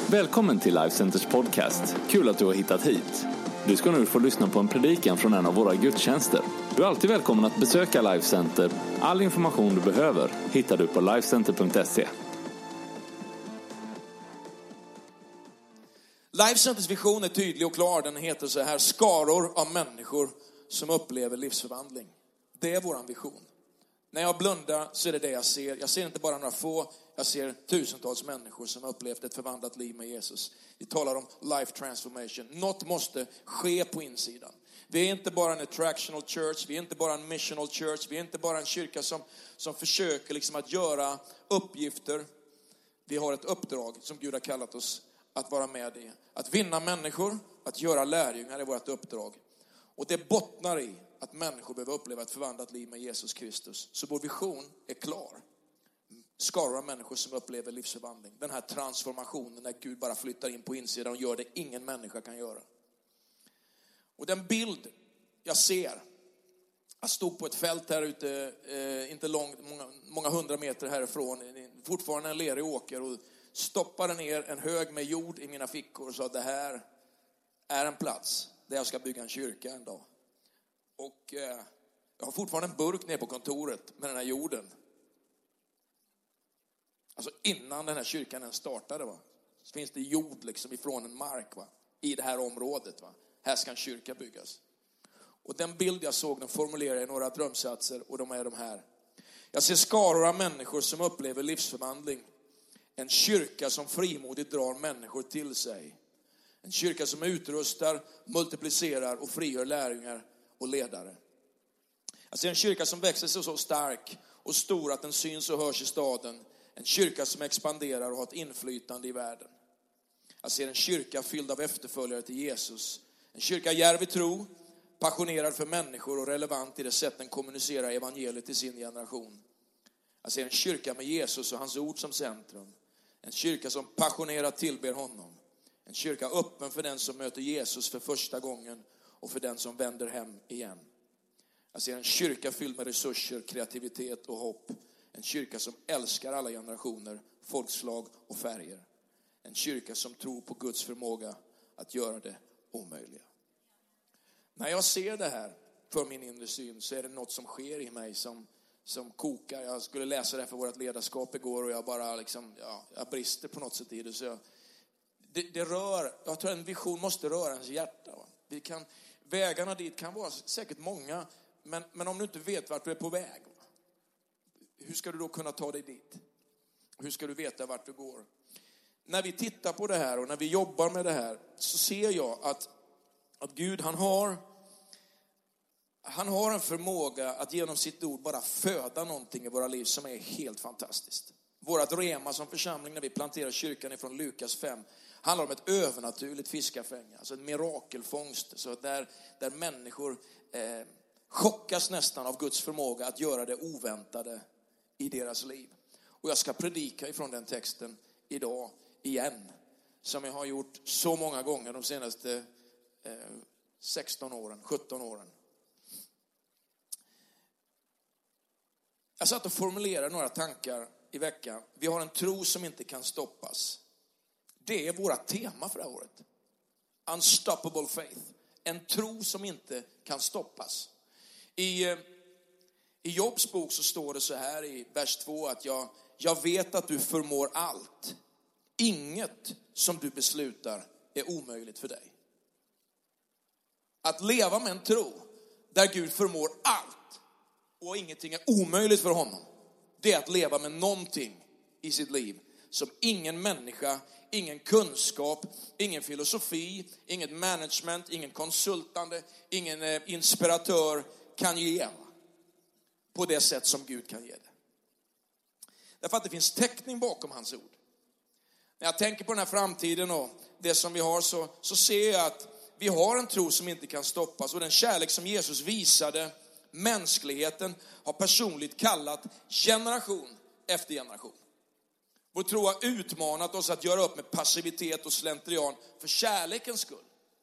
Välkommen till Life Centers podcast. Kul att du har hittat hit. Du ska nu få lyssna på en predikan från en av våra gudstjänster. Du är alltid välkommen att besöka Life Center. All information du behöver hittar du på lifecenter.se. Life Centers vision är tydlig och klar. Den heter så här: skaror av människor som upplever livsförvandling. Det är våran vision. När jag blundar så är det jag ser. Jag ser inte bara några få, jag ser tusentals människor som har upplevt ett förvandlat liv med Jesus. Vi talar om life transformation. Något måste ske på insidan. Vi är inte bara en attractional church, vi är inte bara en missional church, vi är inte bara en kyrka som försöker liksom att göra uppgifter. Vi har ett uppdrag som Gud har kallat oss att vara med i. Att vinna människor, att göra lärjungar är vårt uppdrag. Och det bottnar i att människor behöver uppleva ett förvandlat liv med Jesus Kristus. Så vår vision är klar. Skaror av människor som upplever livsförvandling. Den här transformationen när Gud bara flyttar in på insidan och gör det ingen människa kan göra. Och den bild jag ser. Jag stod på ett fält här ute, inte långt, många hundra meter härifrån. Fortfarande en lerig åker och stoppade ner en hög med jord i mina fickor och sa att det här är en plats där jag ska bygga en kyrka en dag. Och jag har fortfarande en burk ner på kontoret med den här jorden. Alltså innan den här kyrkan ens startade, va? Så finns det jord liksom ifrån en mark, va? I det här området, va? Här ska en kyrka byggas. Och den bild jag såg, den formulerar i några drömsatser och de är de här. Jag ser skaror av människor som upplever livsförvandling. En kyrka som frimodigt drar människor till sig. En kyrka som utrustar, multiplicerar och frigör lärjungar och ledare. Jag ser en kyrka som växer sig så stark och stor att den syns och hörs i staden. En kyrka som expanderar och har ett inflytande i världen. Jag ser en kyrka fylld av efterföljare till Jesus. En kyrka djärv i tro, passionerad för människor och relevant i det sätt den kommunicerar evangeliet till sin generation. Jag ser en kyrka med Jesus och hans ord som centrum. En kyrka som passionerat tillber honom. En kyrka öppen för den som möter Jesus för första gången och för den som vänder hem igen. Jag ser en kyrka fylld med resurser, kreativitet och hopp. En kyrka som älskar alla generationer, folkslag och färger. En kyrka som tror på Guds förmåga att göra det omöjliga. När jag ser det här för min inre syn så är det något som sker i mig som kokar. Jag skulle läsa det här för vårt ledarskap igår och jag bara jag brister på något sätt i det. Så det rör, jag tror en vision måste röra ens hjärta. Va? Vägarna dit kan vara säkert många, men om du inte vet vart du är på väg, va? Hur ska du då kunna ta dig dit? Hur ska du veta vart du går? När vi tittar på det här och när vi jobbar med det här så ser jag att Gud han har en förmåga att genom sitt ord bara föda någonting i våra liv som är helt fantastiskt. Vårat rema som församling när vi planterar kyrkan ifrån Lukas 5 handlar om ett övernaturligt fiskarfänge, alltså en mirakelfångst, så där människor chockas nästan av Guds förmåga att göra det oväntade i deras liv. Och jag ska predika ifrån den texten idag igen, som jag har gjort så många gånger de senaste 16 åren, 17 åren. Jag satt och formulerade några tankar i veckan. Vi har en tro som inte kan stoppas. Det är våra tema för det här året. Unstoppable faith. En tro som inte kan stoppas. I Jobs bok så står det så här i vers 2 att jag vet att du förmår allt. Inget som du beslutar är omöjligt för dig. Att leva med en tro där Gud förmår allt och ingenting är omöjligt för honom. Det är att leva med någonting i sitt liv som ingen människa, ingen kunskap, ingen filosofi, inget management, ingen konsultande, ingen inspiratör kan ge på det sätt som Gud kan ge det. Därför att det finns täckning bakom hans ord. När jag tänker på den här framtiden och det som vi har så ser jag att vi har en tro som inte kan stoppas. Och den kärlek som Jesus visade mänskligheten har personligt kallat generation efter generation. Vår tro har utmanat oss att göra upp med passivitet och slentrian för kärlekens skull.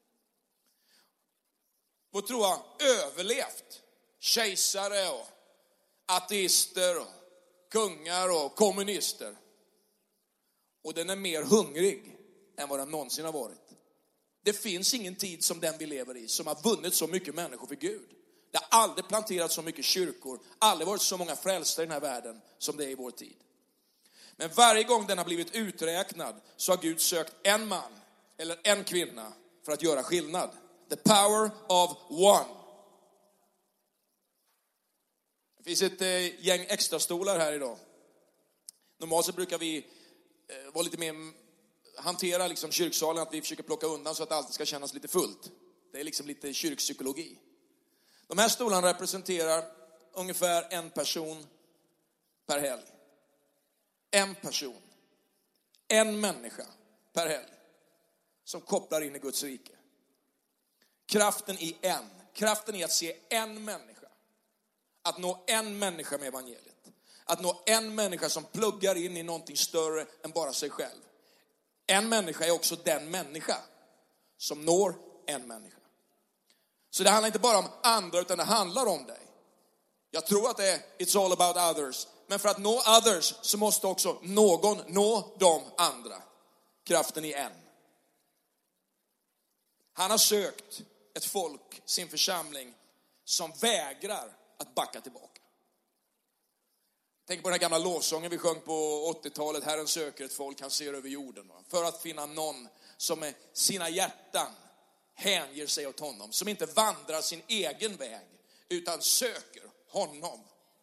Vår tro har överlevt kejsare och ateister och kungar och kommunister. Och den är mer hungrig än vad den någonsin har varit. Det finns ingen tid som den vi lever i som har vunnit så mycket människor för Gud. Det har aldrig planterats så mycket kyrkor, aldrig varit så många frälsta i den här världen som det är i vår tid. Men varje gång den har blivit uträknad så har Gud sökt en man eller en kvinna för att göra skillnad. The power of one. Det finns ett gäng extra stolar här idag. Normalt så brukar vi vara lite mer hantera liksom kyrksalen, att vi försöker plocka undan så att det alltid ska kännas lite fullt. Det är liksom lite kyrkpsykologi. De här stolarna representerar ungefär en person per helg. En person. En människa per helg. Som kopplar in i Guds rike. Kraften i en. Kraften i att se en människa. Att nå en människa med evangeliet. Att nå en människa som pluggar in i någonting större än bara sig själv. En människa är också den människa som når en människa. Så det handlar inte bara om andra, utan det handlar om dig. Jag tror att det är it's all about others. Men för att nå others så måste också någon nå de andra. Kraften i en. Han har sökt ett folk, sin församling, som vägrar att backa tillbaka. Tänk på den här gamla lovsången vi sjöng på 80-talet. Herren söker ett folk, han ser över jorden. För att finna någon som med sina hjärtan hänger sig åt honom. Som inte vandrar sin egen väg, utan söker honom.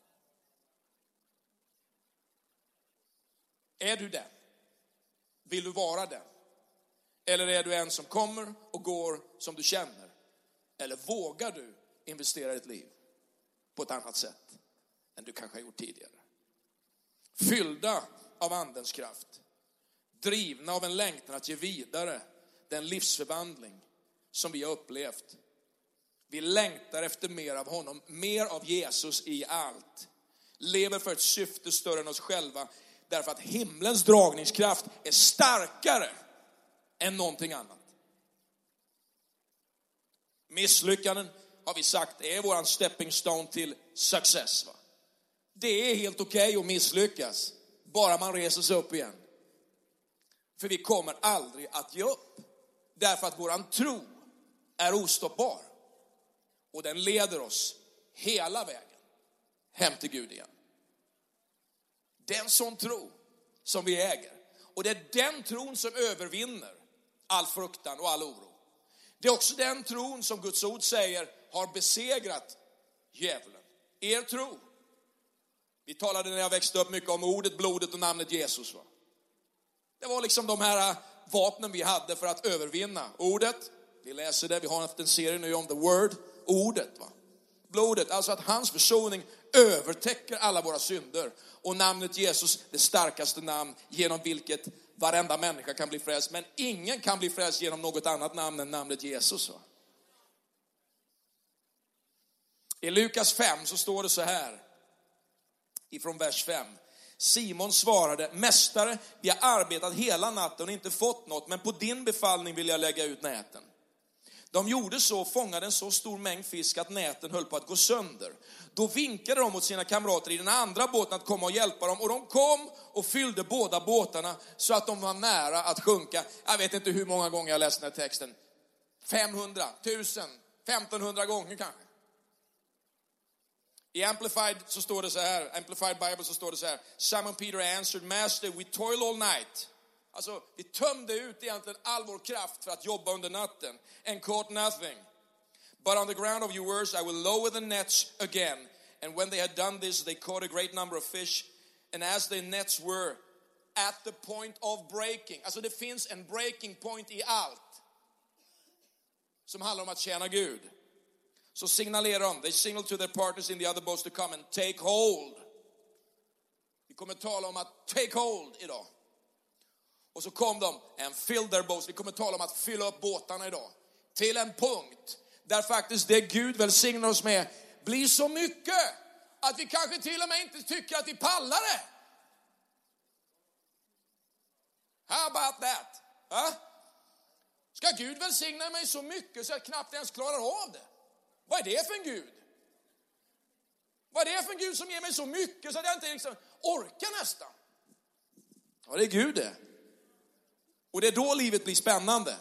Är du den? Vill du vara den? Eller är du en som kommer och går som du känner? Eller vågar du investera i ditt liv på ett annat sätt än du kanske har gjort tidigare? Fyllda av andens kraft. Drivna av en längtan att ge vidare den livsförvandling som vi har upplevt. Vi längtar efter mer av honom, mer av Jesus i allt. Lever för ett syfte större än oss själva. Därför att himlens dragningskraft är starkare än någonting annat. Misslyckanden har vi sagt är våran stepping stone till success. Va? Det är helt okej att misslyckas. Bara man reser sig upp igen. För vi kommer aldrig att ge upp. Därför att våran tro är ostoppbar. Och den leder oss hela vägen hem till Gud igen. Det är en sån tro som vi äger. Och det är den tron som övervinner all fruktan och all oro. Det är också den tron som Guds ord säger har besegrat djävulen. Er tro. Vi talade när jag växte upp mycket om ordet, blodet och namnet Jesus. Va? Det var liksom de här vapnen vi hade för att övervinna. Ordet, vi läser det, vi har haft en serie nu om the word. Ordet, va? Blodet, alltså att hans försoning övertäcker alla våra synder. Och namnet Jesus, det starkaste namn genom vilket varenda människa kan bli frälst. Men ingen kan bli frälst genom något annat namn än namnet Jesus. Va? I Lukas 5 så står det så här. Ifrån vers 5. Simon svarade, mästare, vi har arbetat hela natten och inte fått något. Men på din befallning vill jag lägga ut näten. De gjorde så, fångade en så stor mängd fisk att näten höll på att gå sönder. Då vinkade de mot sina kamrater i den andra båten att komma och hjälpa dem. Och de kom och fyllde båda båtarna så att de var nära att sjunka. Jag vet inte hur många gånger jag läst den här texten. 500, 1000, 1500 gånger kanske. I Amplified så står det så här, Amplified Bible så står det så här. Simon Peter answered, Master, we toil all night. Alltså, vi tömde ut egentligen all vår kraft för att jobba under natten. And caught nothing. But on the ground of your words I will lower the nets again. And when they had done this, they caught a great number of fish. And as the nets were at the point of breaking. Alltså det finns en breaking point i allt. Som handlar om att tjäna Gud. Så signalerar de. They signal to their partners in the other boats to come and take hold. Vi kommer tala om att take hold idag. Och så kom de and filled their boats. Vi kommer tala om att fylla upp båtarna idag. Till en punkt där faktiskt det Gud välsignar oss med blir så mycket att vi kanske till och med inte tycker att vi pallar det. How about that? Ska Gud välsigna mig så mycket så jag knappt ens klarar av det? Vad är det för en Gud? Vad är det för en Gud som ger mig så mycket så att jag inte liksom orkar nästan? Ja, det är Gud det. Och det är då livet blir spännande.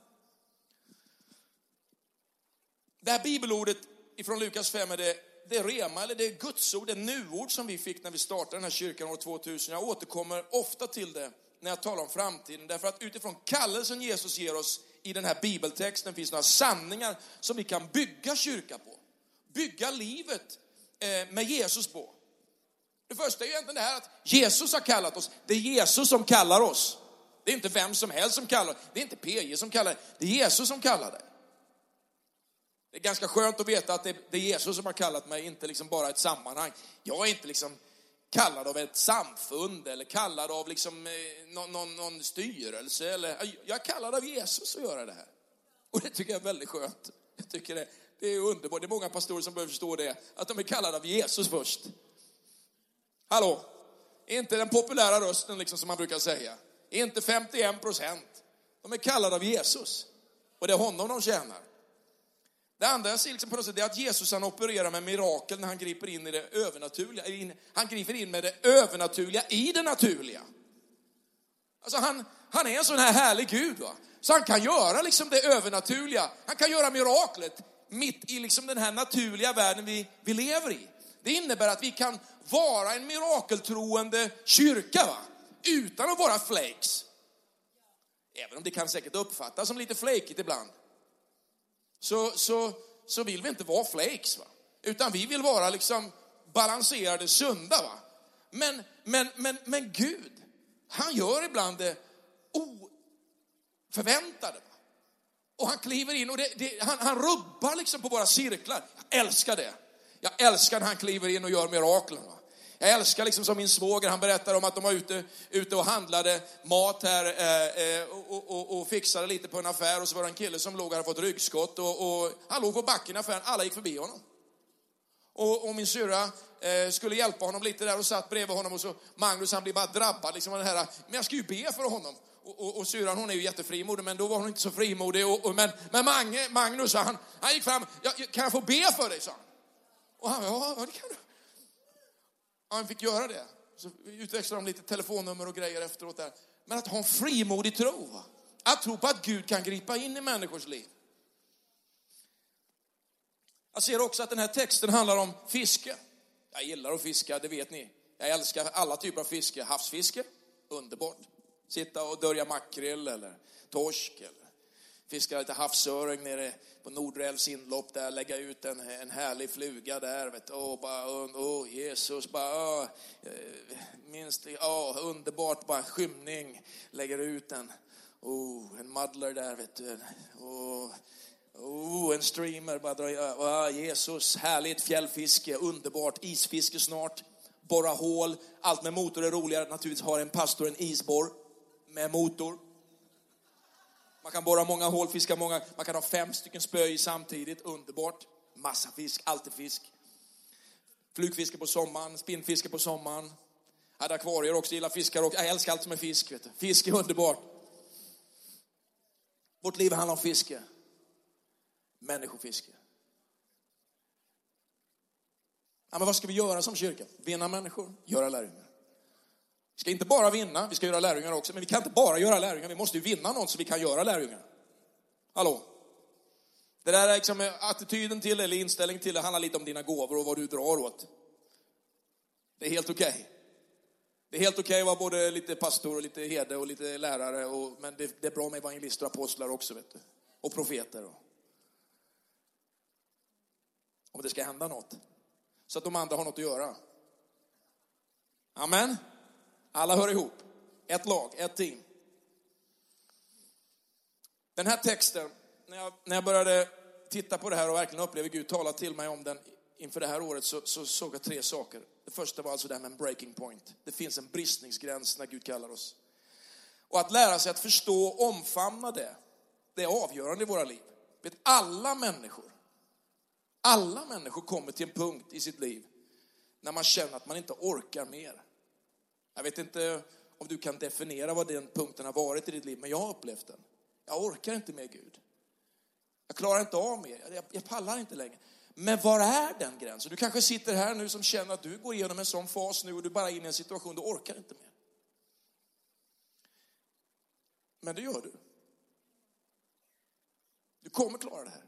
Det här bibelordet ifrån Lukas 5 är det är rema, eller det är Guds ord, det är nuord som vi fick när vi startade den här kyrkan år 2000. Jag återkommer ofta till det när jag talar om framtiden. Därför att utifrån kallelsen Jesus ger oss i den här bibeltexten finns några sanningar som vi kan bygga kyrka på. Bygga livet med Jesus på. Det första är ju egentligen det här att Jesus har kallat oss. Det är Jesus som kallar oss. Det är inte vem som helst som kallar. Det är inte PJ som kallar. Det är Jesus som kallar dig. Det är ganska skönt att veta att det är Jesus som har kallat mig, inte liksom bara ett sammanhang. Jag är inte liksom kallad av ett samfund eller kallad av liksom någon styrelse. Jag är kallad av Jesus att göra det här. Och det tycker jag är väldigt skönt. Jag tycker det är underbart. Det är många pastorer som behöver förstå det. Att de är kallade av Jesus först. Hallå? Inte den populära rösten liksom som man brukar säga. Inte 51%. De är kallade av Jesus. Och det är honom de tjänar. Det andra jag ser liksom på något sätt är att Jesus han opererar med mirakel när han griper in i det övernaturliga. Han griper in med det övernaturliga i det naturliga. Alltså han är en sån här härlig Gud, va? Så han kan göra liksom det övernaturliga. Han kan göra miraklet mitt i liksom den här naturliga världen vi lever i. Det innebär att vi kan vara en mirakeltroende kyrka, va? Utan att vara flakes. Även om det kan säkert uppfattas som lite flakeigt ibland. Så vill vi inte vara flakes, va? Utan vi vill vara liksom balanserade, sunda, va? Men Gud, han gör ibland det oförväntade, va? Och han kliver in och han rubbar liksom på våra cirklar. Jag älskar det. Jag älskar när han kliver in och gör miraklen, va? Jag älskar liksom som min svåger, han berättar om att de var ute och handlade mat här och fixade lite på en affär. Och så var det en kille som låg och hade fått ryggskott och han låg på backen i affären, alla gick förbi honom. Och min syrra skulle hjälpa honom lite där och satt bredvid honom och så Magnus han blir bara drabbad liksom av det här. Men jag ska ju be för honom. Och syrran hon är ju jättefrimodig, men då var hon inte så frimodig. Men Magnus han gick fram, kan jag få be för dig, sa han. Och han, ja det kan du. Han fick göra det. Så utväxlade de lite telefonnummer och grejer efteråt där. Men att ha en frimodig tro, va? Att tro på att Gud kan gripa in i människors liv. Jag ser också att den här texten handlar om fiske. Jag gillar att fiska, det vet ni. Jag älskar alla typer av fiske. Havsfiske, underbart. Sitta och dörja makrill eller torsk eller fiska lite havsöring nere på Nordrälvs inlopp där, lägga ut en härlig fluga där, vet du. Jesus, bara minst underbart, bara skymning, lägger ut en muddler där, vet du. En streamer, bara dra, Jesus, härligt fjällfiske, underbart, isfiske snart, borra hål, allt med motor är roligare, naturligtvis har en pastor en isborr med motor. Man kan borra många hål, fiska många. Man kan ha 5 stycken spö i samtidigt. Underbart. Massa fisk, alltid fisk. Flugfiske på sommaren, spinnfiske på sommaren. Hade akvarier också, gillar fiskar också. Jag älskar allt som är fisk, vet du. Fisk är underbart. Vårt liv handlar om fiske. Människofiske. Ja, men vad ska vi göra som kyrka? Vinna människor, göra lärjungar. Vi ska inte bara vinna, vi ska göra lärjungar också. Men vi kan inte bara göra lärjungar, vi måste ju vinna någon så vi kan göra lärjungar. Hallå? Det där är liksom attityden till eller inställning till det handlar lite om dina gåvor och vad du drar åt. Det är helt okej. Det är helt okej att vara både lite pastor och lite herde och lite lärare. Men det är bra med evangelister och apostlar också, vet du. Och profeter. Om det ska hända något. Så att de andra har något att göra. Amen. Alla hör ihop. Ett lag, ett team. Den här texten, när jag började titta på det här och verkligen upplevde Gud tala till mig om den inför det här året, så såg jag 3 saker. Det första var alltså det här med en breaking point. Det finns en bristningsgräns när Gud kallar oss. Och att lära sig att förstå och omfamna det är avgörande i våra liv. Vet, alla människor kommer till en punkt i sitt liv när man känner att man inte orkar mer. Jag vet inte om du kan definiera vad den punkten har varit i ditt liv, men jag har upplevt den. Jag orkar inte mer, Gud. Jag klarar inte av mer. Jag pallar inte längre. Men var är den gränsen? Du kanske sitter här nu som känner att du går igenom en sån fas nu och du bara är inne i en situation du orkar inte mer. Men det gör du. Du kommer klara det här.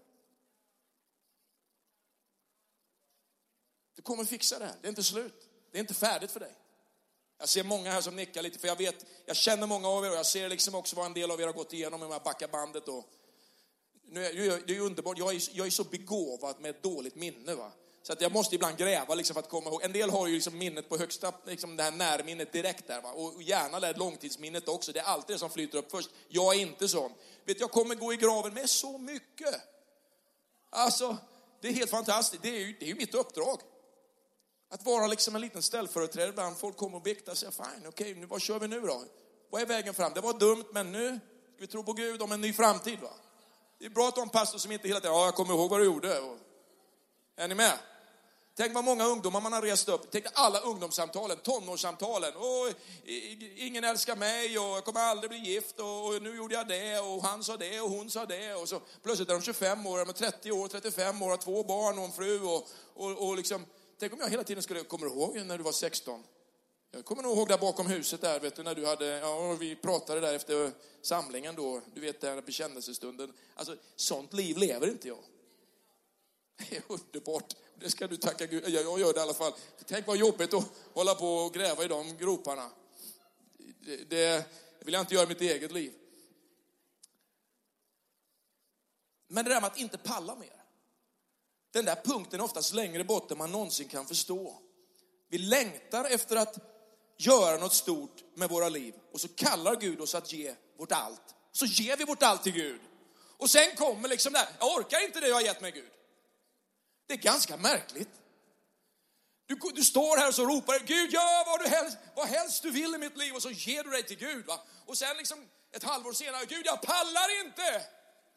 Du kommer fixa det här. Det är inte slut. Det är inte färdigt för dig. Jag ser många här som nickar lite, för jag känner många av er och jag ser liksom också vad en del av er har gått igenom med de här backabandet. Och nu är det är underbart. Jag är så begåvad med ett dåligt minne, va. Så att jag måste ibland gräva liksom för att komma ihåg. En del har ju liksom minnet på högsta, liksom det här närminnet direkt där, va. Och gärna det här långtidsminnet också. Det är alltid det som flyter upp först. Jag är inte sån. Vet, jag kommer gå i graven med så mycket. Alltså, det är helt fantastiskt. Det är ju mitt uppdrag. Att vara liksom en liten ställföreträdare bland folk kommer och biktar sig. Fine, okej, nu vad kör vi nu då? Vad är vägen fram? Det var dumt, men nu ska vi tro på Gud om en ny framtid, va? Det är bra att ha en pastor som inte hela tiden, jag kommer ihåg vad du gjorde. Och, är ni med? Tänk vad många ungdomar man har rest upp. Tänk alla ungdomssamtalen, tonårssamtalen. Ingen älskar mig och jag kommer aldrig bli gift och nu gjorde jag det och han sa det och hon sa det. Och så plötsligt är de 25 år, de är 30 år, 35 år, har 2 barn och en fru och liksom... Tänk om jag hela tiden kommer ihåg när du var 16. Jag kommer nog ihåg där bakom huset där, vet du, när du hade, vi pratade där efter samlingen då, du vet, där bekännelsestunden. Alltså, sånt liv lever inte jag. Det är underbart. Det ska du tacka Gud. Jag gör det i alla fall. Tänk vad jobbigt att hålla på och gräva i de groparna. Det vill jag inte göra i mitt eget liv. Men det där med att inte palla mer. Den där punkten är oftast längre bort än man någonsin kan förstå. Vi längtar efter att göra något stort med våra liv. Och så kallar Gud oss att ge vårt allt. Så ger vi vårt allt till Gud. Och sen kommer liksom där, jag orkar inte det jag har gett mig Gud. Det är ganska märkligt. Du står här och så ropar Gud, gör vad helst du vill i mitt liv. Och så ger du dig till Gud, va? Och sen liksom ett halvår senare, Gud, jag pallar inte.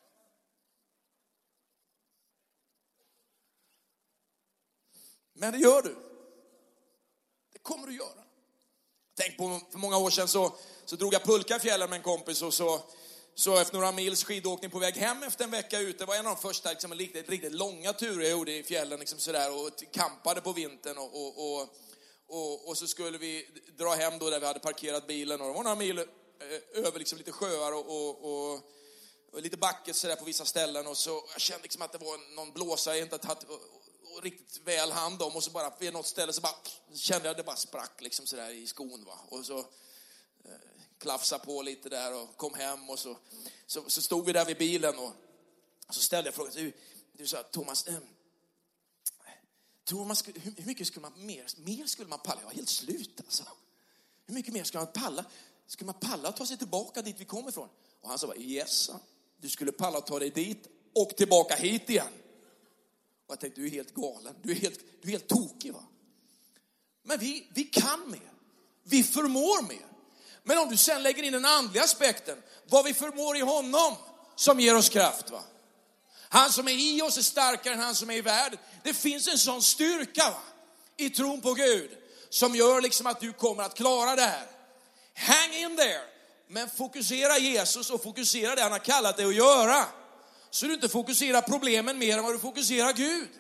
Men det gör du. Det kommer du göra. Tänk på, för många år sedan så drog jag pulka i fjällen med en kompis. Och så efter några mils skidåkning på väg hem efter en vecka ute. Det var en av de första liksom, riktigt långa turer jag gjorde i fjällen. Liksom sådär, och kampade på vintern. Och så skulle vi dra hem då där vi hade parkerat bilen. Och det var några mil över liksom, lite sjöar och lite backet sådär på vissa ställen. Och så jag kände liksom att det var någon blåsa jag inte hade riktigt väl hand om, och så bara vid något ställe så bara kände jag det bara sprack liksom sådär i skon, va. Och så klafsa på lite där och kom hem, och så stod vi där vid bilen och så ställde jag frågan, du sa Thomas, tror man hur mycket skulle man mer skulle man palla? Jag var helt slut alltså. Hur mycket mer skulle man palla? Skulle man palla att ta sig tillbaka dit vi kommer ifrån? Och han sa bara, yes, du skulle palla att ta dig dit och tillbaka hit igen. Och jag tänkte, du är helt galen. Du är helt tokig, va? Men vi kan mer. Vi förmår mer. Men om du sen lägger in den andliga aspekten, vad vi förmår i honom som ger oss kraft, va? Han som är i oss är starkare än han som är i världen. Det finns en sån styrka, va, i tron på Gud som gör liksom att du kommer att klara det här. Hang in there. Men fokusera Jesus och fokusera det han har kallat dig att göra. Så du inte fokuserar problemen mer än vad du fokuserar Gud.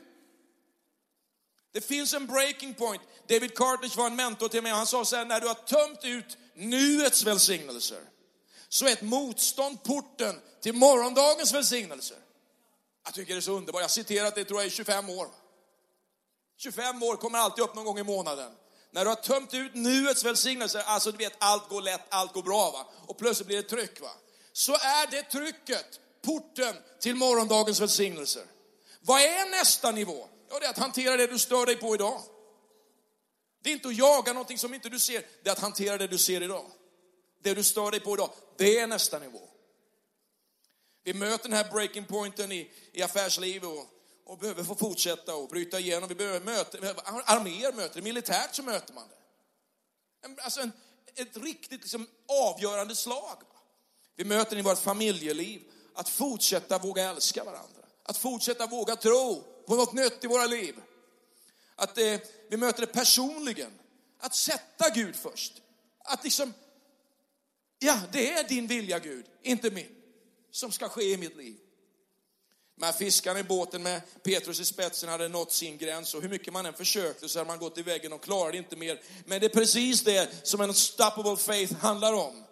Det finns en breaking point. David Cartledge var en mentor till mig. Han sa så här, när du har tömt ut nuets välsignelser, så är ett motstånd porten till morgondagens välsignelser. Jag tycker det är så underbart. Jag har citerat det, tror jag, i 25 år. 25 år kommer alltid upp någon gång i månaden. När du har tömt ut nuets välsignelser, alltså du vet, allt går lätt, allt går bra, va? Och plötsligt blir det tryck, va? Så är det trycket porten till morgondagens välsignelser. Vad är nästa nivå? Ja, det är att hantera det du stör dig på idag. Det är inte att jaga någonting som inte du ser. Det är att hantera det du ser idag. Det du stör dig på idag, det är nästa nivå. Vi möter den här breaking pointen i affärsliv och behöver få fortsätta och bryta igenom. Vi behöver arméer möter, militärt så möter man det. Alltså ett riktigt liksom avgörande slag. Vi möter det i vårt familjeliv. Att fortsätta våga älska varandra. Att fortsätta våga tro på något nytt i våra liv. Att vi möter det personligen. Att sätta Gud först. Att liksom, ja, det är din vilja Gud, inte min, som ska ske i mitt liv. Men fiskarna i båten med Petrus i spetsen hade nått sin gräns. Och hur mycket man än försökte så hade man gått i väggen och klarade inte mer. Men det är precis det som en unstoppable faith handlar om.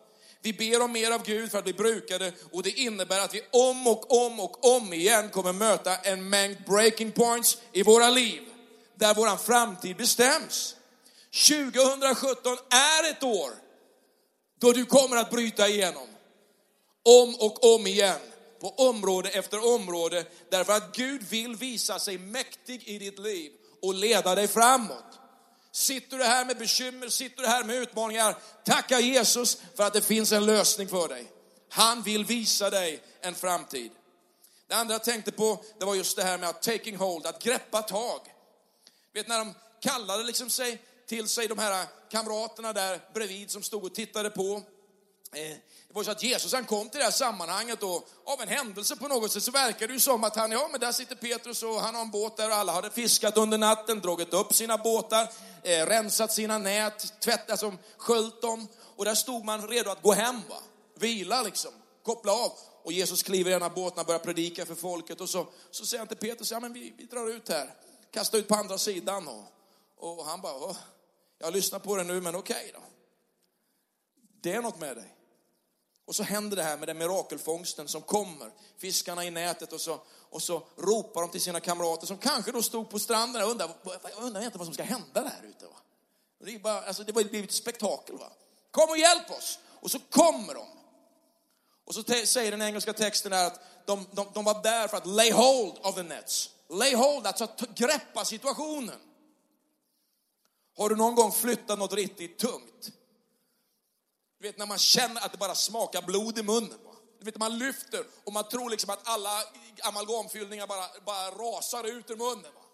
Vi ber om mer av Gud för att bli brukade, och det innebär att vi om igen kommer möta en mängd breaking points i våra liv där våran framtid bestäms. 2017 är ett år då du kommer att bryta igenom om igen på område efter område, därför att Gud vill visa sig mäktig i ditt liv och leda dig framåt. Sitter du här med bekymmer, sitter du här med utmaningar, tacka Jesus för att det finns en lösning för dig. Han vill visa dig en framtid. Det andra jag tänkte på, det var just det här med att taking hold, att greppa tag. Vet, när de kallade liksom till sig de här kamraterna där bredvid som stod och tittade på. Det var så att Jesus, han kom till det här sammanhanget, och av en händelse på något sätt så verkar det ju som att men där sitter Petrus och han har en båt där och alla hade fiskat under natten, dragit upp sina båtar, rensat sina nät, tvättat, sköljt dem, och där stod man redo att gå hem, vila liksom, koppla av. Och Jesus kliver i den här båten och börjar predika för folket, och så säger han till Petrus, men vi drar ut här, kastar ut på andra sidan, och han bara, jag lyssnar på det nu, men okej då. Det är något med dig. Och så händer det här med den mirakelfångsten som kommer. Fiskarna i nätet, och så ropar de till sina kamrater som kanske då stod på stranden och undrar inte vad som ska hända där ute. Va? Det är bara, det var blivit ett spektakel. Va? Kom och hjälp oss. Och så kommer de. Och så säger den engelska texten här att de var där för att lay hold of the nets. Lay hold, alltså att greppa situationen. Har du någon gång flyttat något riktigt tungt? Du vet, när man känner att det bara smakar blod i munnen. Va? Du vet, man lyfter och man tror liksom att alla amalgamfyllningar bara rasar ut ur munnen. Va?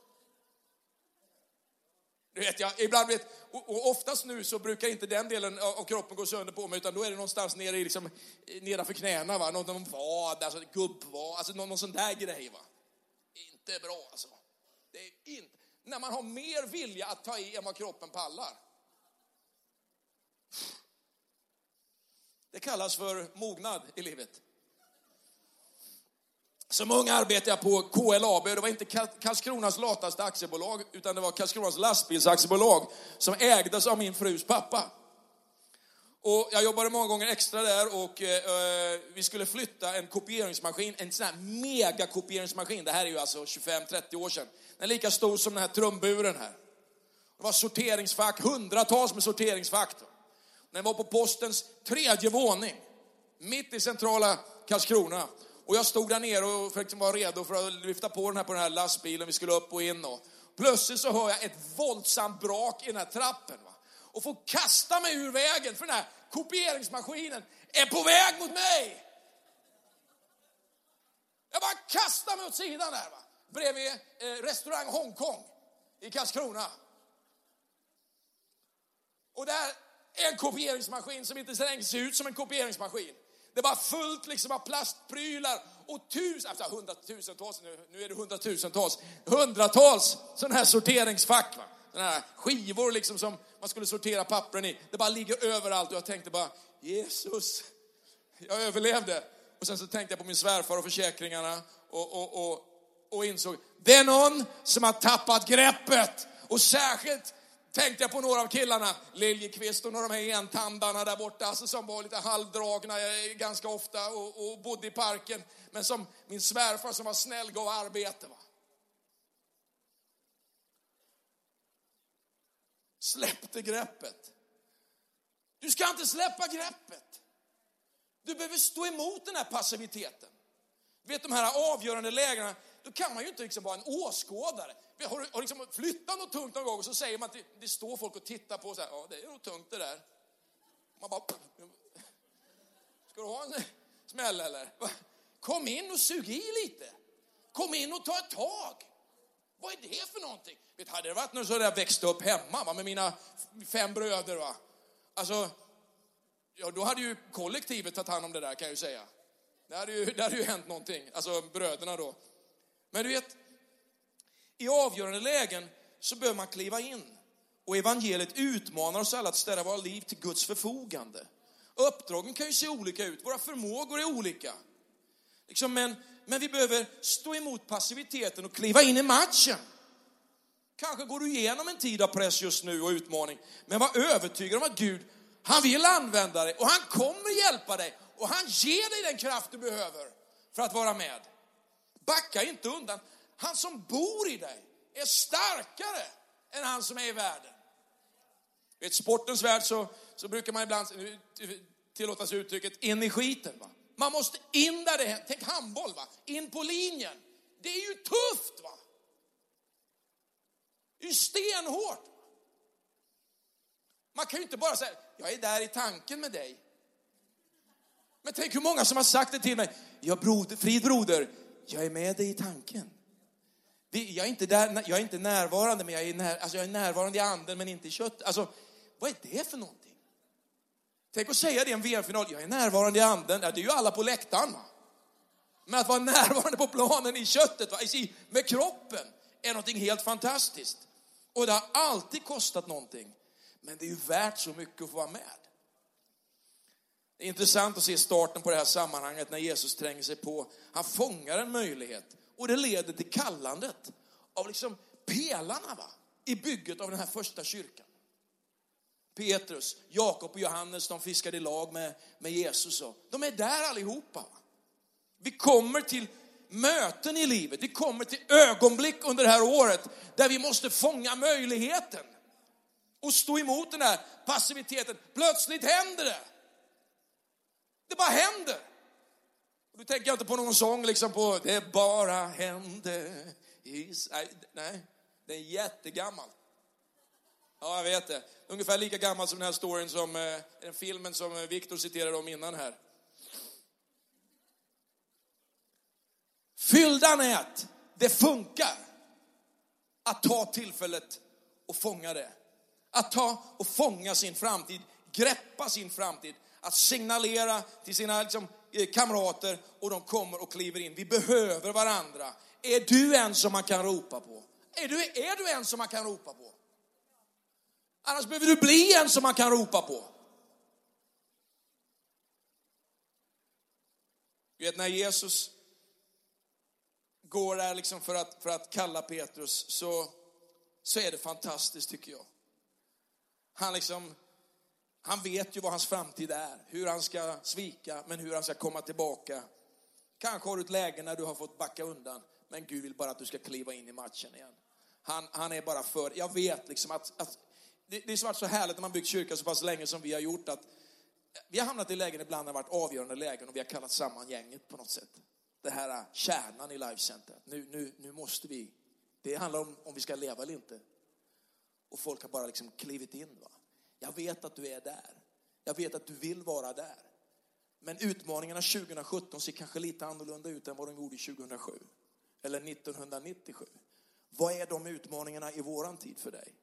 Du vet, ibland och oftast nu så brukar inte den delen av kroppen gå sönder på mig, utan då är det någonstans nere i liksom, nedanför knäna, va? Någon vad, alltså gubbvad, alltså någon sån där grej, va? Inte bra alltså. Det är inte, när man har mer vilja att ta i än vad kroppen pallar. Det kallas för mognad i livet. Som ung arbetade jag på KLAB. Det var inte Karlskronas lataste aktiebolag, utan det var Karlskronas lastbilsaktiebolag som ägdes av min frus pappa. Och jag jobbade många gånger extra där, och vi skulle flytta en kopieringsmaskin, en sån här megakopieringsmaskin. Det här är ju alltså 25-30 år sedan. Den är lika stor som den här trumburen här. Det var sorteringsfack, hundratals med sorteringsfack. Den var på postens 3:e våning, mitt i centrala Karlskrona. Och jag stod där nere och var redo för att lyfta på den här lastbilen. Vi skulle upp och in. Och plötsligt så hör jag ett våldsamt brak i den här trappen. Va? Och får kasta mig ur vägen, för den här kopieringsmaskinen är på väg mot mig. Jag bara kastar mig åt sidan där. Va? Bredvid restaurang Hongkong i Karlskrona. Och där är en kopieringsmaskin som inte så länge ser ut som en kopieringsmaskin. Det var fullt liksom av plastprylar och hundratusentals, nu är det hundratusentals, hundratals sådana här sorteringsfack, va? Sådana här skivor liksom som man skulle sortera pappren i. Det bara ligger överallt, och jag tänkte bara, Jesus, jag överlevde. Och sen så tänkte jag på min svärfar och försäkringarna och insåg, det är någon som har tappat greppet. Och särskilt tänkte jag på några av killarna, Liljekvist och några av de här entandarna där borta, alltså som var lite halvdragna ganska ofta och bodde i parken. Men som min svärfar som var snäll gav arbete. Va? Släppte greppet. Du ska inte släppa greppet. Du behöver stå emot den här passiviteten. Du vet, de här avgörande lägena, då kan man ju inte liksom vara en åskådare. Har liksom flyttat något tungt någon gång, och så säger man att det står folk och tittar på så här, ja, det är nog tungt det där. Man bara, ska du ha en smäll eller? Kom in och sug i lite. Kom in och ta ett tag. Vad är det för någonting? Vet, hade det varit nu så jag växte upp hemma, va, med mina 5 bröder, va? Alltså, ja, då hade ju kollektivet tagit hand om det där, kan jag ju säga. Det hade ju hänt någonting, alltså bröderna då. Men du vet, i avgörande lägen så behöver man kliva in. Och evangeliet utmanar oss alla att ställa våra liv till Guds förfogande. Uppdragen kan ju se olika ut. Våra förmågor är olika. Liksom, men vi behöver stå emot passiviteten och kliva in i matchen. Kanske går du igenom en tid av press just nu och utmaning. Men var övertygad om att Gud, Han vill använda dig och han kommer hjälpa dig. Och han ger dig den kraft du behöver för att vara med. Backa inte undan. Han som bor i dig är starkare än han som är i världen. I ett sportens värld så brukar man ibland tillåtas uttrycket in i skiten. Va? Man måste in där det händer. Tänk handboll, va? In på linjen. Det är ju tufft, va? Det är ju stenhårt. Man kan ju inte bara säga, jag är där i tanken med dig. Men tänk hur många som har sagt det till mig. Ja, Frid broder, jag är med dig i tanken. Jag är inte där, jag är inte närvarande, men jag är närvarande i anden men inte i kött. Alltså, vad är det för någonting? Tänk att säga det i en VM-final. Jag är närvarande i anden. Ja, det är ju alla på läktaren, va? Men att vara närvarande på planen i köttet, va? Med kroppen är någonting helt fantastiskt. Och det har alltid kostat någonting. Men det är ju värt så mycket att få vara med. Det är intressant att se starten på det här sammanhanget när Jesus tränger sig på. Han fångar en möjlighet. Och det leder till kallandet av liksom pelarna, va? I bygget av den här första kyrkan. Petrus, Jakob och Johannes, de fiskade i lag med Jesus. Och de är där allihopa. Va? Vi kommer till möten i livet. Vi kommer till ögonblick under det här året där vi måste fånga möjligheten. Och stå emot den här passiviteten. Plötsligt händer det. Det bara händer. Och då tänker jag inte på någon sång liksom på det bara hände. Nej, det är jättegammal. Ja, jag vet det. Ungefär lika gammal som den här storyn som den filmen som Victor citerade om innan här. Fyllda nät, det funkar. Att ta tillfället och fånga det. Att ta och fånga sin framtid, greppa sin framtid. Att signalera till sina kamrater och de kommer och kliver in. Vi behöver varandra. Är du en som man kan ropa på? Är du en som man kan ropa på? Annars behöver du bli en som man kan ropa på. Du vet när Jesus går där liksom för att kalla Petrus så är det fantastiskt tycker jag. Han vet ju vad hans framtid är. Hur han ska svika, men hur han ska komma tillbaka. Kanske har du ett läge när du har fått backa undan. Men Gud vill bara att du ska kliva in i matchen igen. Han är bara för. Jag vet liksom att det är så härligt när man byggt kyrka så pass länge som vi har gjort. Att vi har hamnat i lägen ibland när det har varit avgörande lägen. Och vi har kallat samman gänget på något sätt. Det här kärnan i Life Center. Nu måste vi. Det handlar om vi ska leva eller inte. Och folk har bara liksom klivit in, va. Jag vet att du är där. Jag vet att du vill vara där. Men utmaningarna 2017 ser kanske lite annorlunda ut än vad de gjorde 2007. Eller 1997. Vad är de utmaningarna i våran tid för dig?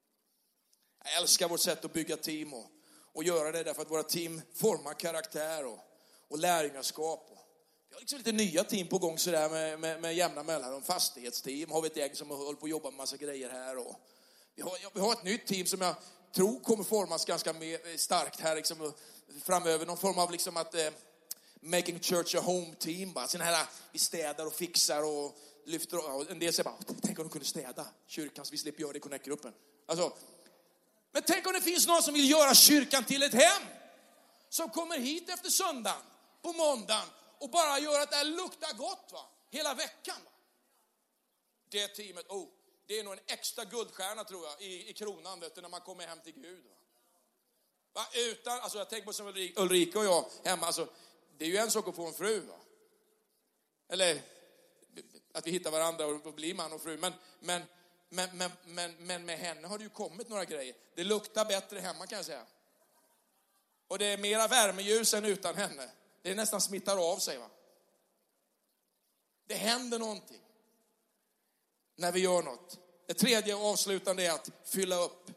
Jag älskar vårt sätt att bygga team och göra det därför att våra team formar karaktär och lärjungaskap. Vi har liksom lite nya team på gång sådär med jämna mellanrum. Fastighetsteam har vi ett gäng som håller på att jobba med massa grejer här. Och vi har ett nytt team som jag tror kommer formas ganska starkt här liksom, framöver. Någon form av liksom att making church a home team. Bara. Sån här, vi städar och fixar och lyfter. Och en del säger bara, tänk om de kunde städa kyrkan så vi slipper göra det i Connect-gruppen. Alltså, men tänk om det finns någon som vill göra kyrkan till ett hem. Som kommer hit efter söndagen, på måndagen. Och bara gör att det här luktar gott, va? Hela veckan. Va? Det teamet, det är nog en extra guldstjärna tror jag i kronan när man kommer hem till Gud. Va? Jag tänker på som Ulrika och jag hemma. Alltså, det är ju en sak att få en fru. Va? Eller att vi hittar varandra och blir man och fru. Men med henne har det ju kommit några grejer. Det luktar bättre hemma kan jag säga. Och det är mera värmeljus än utan henne. Det nästan smittar av sig, va? Det händer någonting när vi gör något. Det tredje och avslutande är att fylla upp.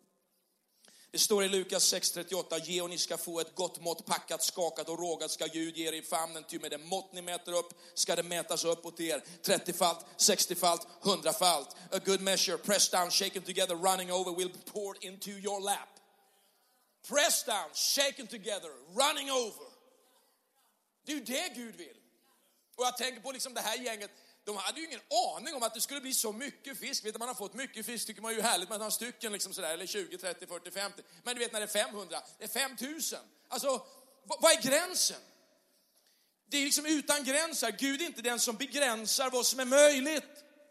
Det står i Lukas 6:38. Ge och ni ska få ett gott mått, packat, skakat och rågat ska Gud ge er i famnen. Ty med det mått ni mäter upp ska det mätas upp åt er. 30-falt, 60-falt, 100-falt. A good measure, pressed down, shaken together, running over will be poured into your lap. Pressed down, shaken together, running over. Det är ju det Gud vill. Och jag tänker på liksom det här gänget. De hade ju ingen aning om att det skulle bli så mycket fisk. Vet du, man har fått mycket fisk tycker man ju härligt med några stycken liksom sådär, eller 20, 30, 40, 50. Men du vet när det är 500, det är 5000. Alltså, vad är gränsen? Det är liksom utan gränser. Gud är inte den som begränsar vad som är möjligt.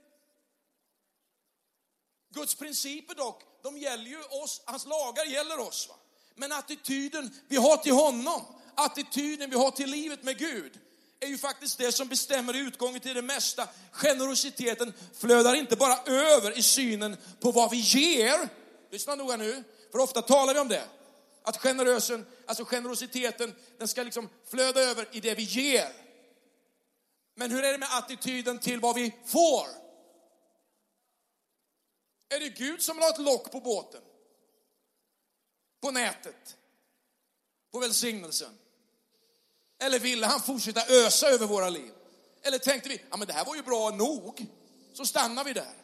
Guds principer dock, de gäller ju oss, hans lagar gäller oss. Va? Men attityden vi har till honom, attityden vi har till livet med Gud, är ju faktiskt det som bestämmer utgången till det mesta. Generositeten flödar inte bara över i synen på vad vi ger. Lyssna noga nu, för ofta talar vi om det. Att generositeten, den ska liksom flöda över i det vi ger. Men hur är det med attityden till vad vi får? Är det Gud som har ett lock på båten? På nätet? På välsignelsen? Eller ville han fortsätta ösa över våra liv? Eller tänkte vi, ja men det här var ju bra nog. Så stannar vi där.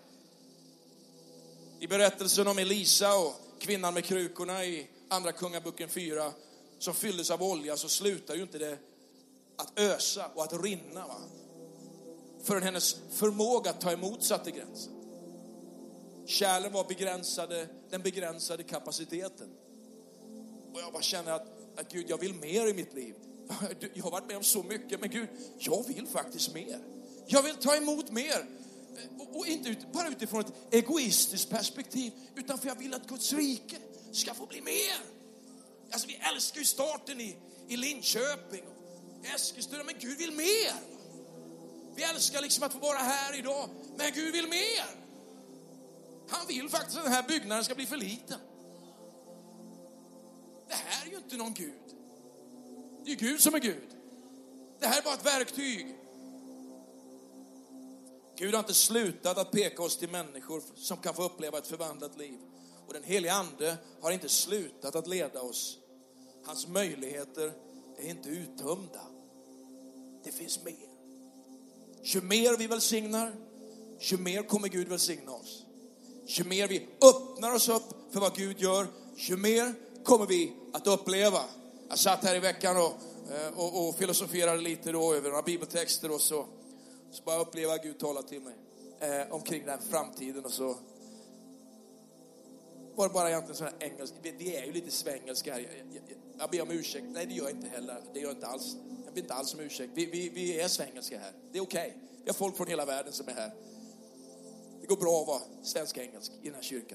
I berättelsen om Elisa och kvinnan med krukorna i andra Kungaboken 4 som fylldes av olja, så slutar ju inte det att ösa och att rinna, va? Förrän hennes förmåga att ta emot satte gränsen. Kärlen var begränsade, den begränsade kapaciteten. Och jag bara känner att Gud, jag vill mer i mitt liv. Jag har varit med om så mycket, men Gud, jag vill faktiskt mer. Jag vill ta emot mer. Och inte bara utifrån ett egoistiskt perspektiv, utan för jag vill att Guds rike ska få bli mer. Alltså vi älskar ju starten i Linköping och Eskilstuna, men Gud vill mer. Vi älskar liksom att få vara här idag, men Gud vill mer. Han vill faktiskt att den här byggnaden ska bli för liten. Det här är ju inte någon Gud. Det är Gud som är Gud. Det här är bara ett verktyg. Gud har inte slutat att peka oss till människor som kan få uppleva ett förvandlat liv. Och den helige ande har inte slutat att leda oss. Hans möjligheter är inte uttömda. Det finns mer. Ju mer vi välsignar, ju mer kommer Gud välsigna oss. Ju mer vi öppnar oss upp för vad Gud gör, ju mer kommer vi att uppleva. Jag satt här i veckan och filosoferade lite då över några bibeltexter och så bara uppleva Gud tala till mig omkring den här framtiden. Och så var det bara egentligen sån här engelsk. Vi är ju lite svängelska här. Jag ber om ursäkt. Nej, det gör jag inte heller. Det gör jag inte alls. Jag ber inte alls om ursäkt. Vi är svängelska här. Det är okej. Vi har folk från hela världen som är här. Det går bra att vara svensk-engelsk i den här kyrkan.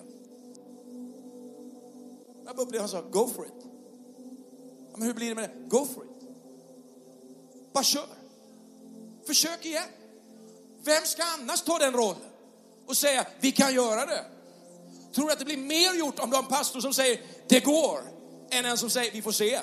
Jag bara upplevde han sa, go for it. Ja, men hur blir det med det? Go for it. Bara kör. Försök igen. Vem ska annars ta den rollen och säga, vi kan göra det? Tror du att det blir mer gjort om du har en pastor som säger, det går, än en som säger, vi får se?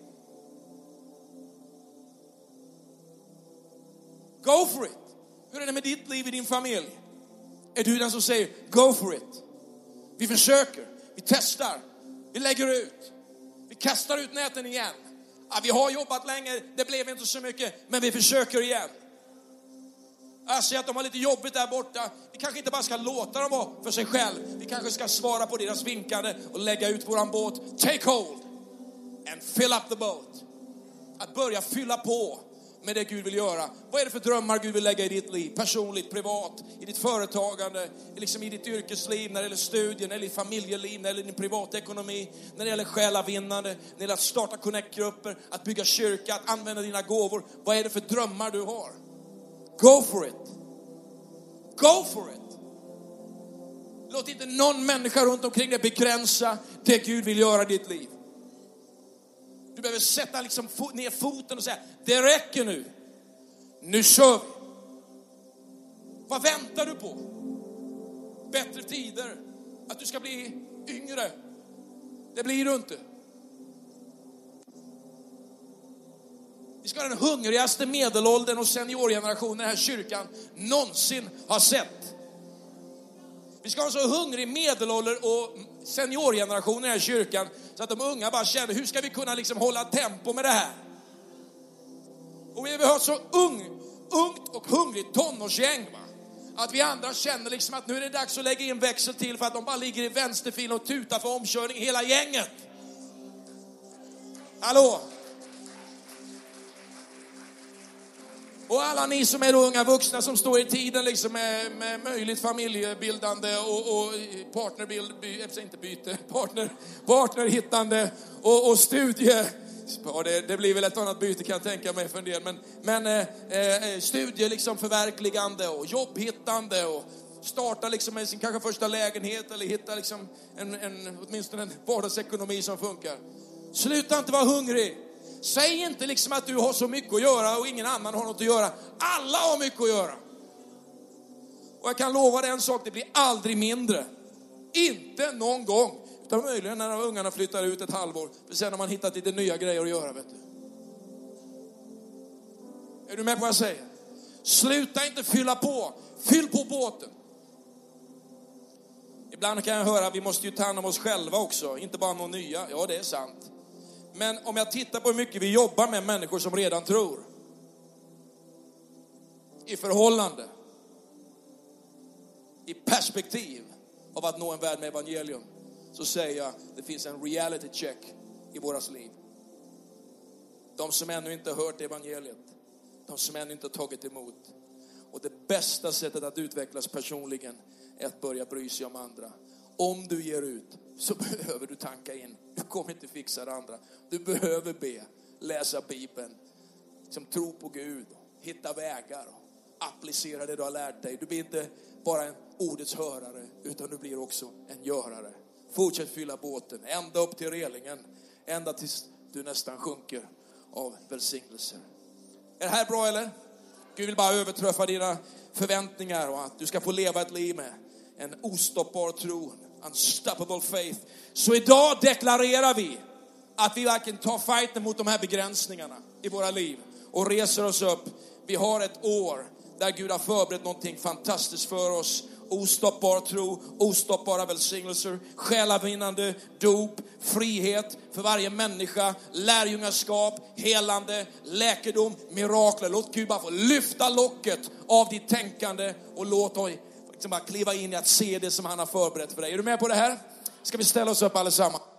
Go for it. Hur är det med ditt liv i din familj? Är du den som säger, go for it? Vi försöker, vi testar, vi lägger ut, vi kastar ut näten igen. Ja, vi har jobbat länge, det blev inte så mycket, men vi försöker igen. Jag ser att de har lite jobbigt där borta. Vi kanske inte bara ska låta dem vara för sig själv. Vi kanske ska svara på deras vinkande och lägga ut våran båt. Take hold and fill up the boat. Att börja fylla på med det Gud vill göra. Vad är det för drömmar Gud vill lägga i ditt liv? Personligt, privat, i ditt företagande, liksom i ditt yrkesliv, när det gäller studier, när det gäller familjeliv, när det gäller din privata ekonomi, när det gäller själavinnande, när det gäller att starta connect-grupper, att bygga kyrka, att använda dina gåvor. Vad är det för drömmar du har? Go for it. Go for it. Låt inte någon människa runt omkring dig begränsa det Gud vill göra i ditt liv. Du behöver sätta liksom ner foten och säga, det räcker nu. Nu kör vi. Vad väntar du på? Bättre tider. Att du ska bli yngre. Det blir du inte. Vi ska ha den hungrigaste medelåldern och seniorgenerationen den här kyrkan någonsin har sett. Vi ska ha en så hungrig medelålder och seniorgenerationen i den här kyrkan så att de unga bara känner, hur ska vi kunna liksom hålla tempo med det här? Och vi behöver så ungt och hungrigt tonårsgäng, va? Att vi andra känner liksom att nu är det dags att lägga in växel till för att de bara ligger i vänsterfil och tutar för omkörning hela gänget. Hallå? Och alla ni som är unga vuxna som står i tiden liksom med möjligt familjebildande och partnerhittande och studie. Ja, det blir väl ett annat byte kan jag tänka mig för en del. Men studie liksom förverkligande och jobbhittande och starta liksom med sin kanske första lägenhet eller hitta liksom åtminstone en vardagsekonomi som funkar. Sluta inte vara hungrig. Säg inte liksom att du har så mycket att göra och ingen annan har något att göra. Alla har mycket att göra. Och jag kan lova dig en sak, det blir aldrig mindre. Inte någon gång. Utan möjligen när ungarna flyttar ut ett halvår. För sen har man hittat lite nya grejer att göra, vet du. Är du med på vad jag säger? Sluta inte fylla på. Fyll på båten. Ibland kan jag höra att vi måste ju ta hand om oss själva också. Inte bara några nya. Ja, det är sant. Men om jag tittar på hur mycket vi jobbar med människor som redan tror. I förhållande. I perspektiv av att nå en värld med evangelium. Så säger jag, det finns en reality check i våras liv. De som ännu inte har hört evangeliet. De som ännu inte har tagit emot. Och det bästa sättet att utvecklas personligen är att börja bry sig om andra. Om du ger ut så behöver du tanka in. Du kommer inte fixa det andra. Du behöver be, läsa Bibeln. Som tro på Gud. Hitta vägar. Applicera det du har lärt dig. Du blir inte bara en ordets hörare. Utan du blir också en görare. Fortsätt fylla båten. Ända upp till relingen. Ända tills du nästan sjunker av välsignelser. Är det här bra eller? Gud vill bara överträffa dina förväntningar. Och att du ska få leva ett liv med en ostoppbar tro. Unstoppable faith. Så idag deklarerar vi att vi verkligen tar fighten mot de här begränsningarna i våra liv. Och reser oss upp. Vi har ett år där Gud har förberett någonting fantastiskt för oss. Ostoppbar tro, ostoppbara välsignelser, själavinnande, dop, frihet för varje människa, lärjungaskap, helande, läkedom, mirakler. Låt Gud bara få lyfta locket av ditt tänkande och låt dig liksom bara kliva in i att se det som han har förberett för dig. Är du med på det här? Ska vi ställa oss upp allesammans?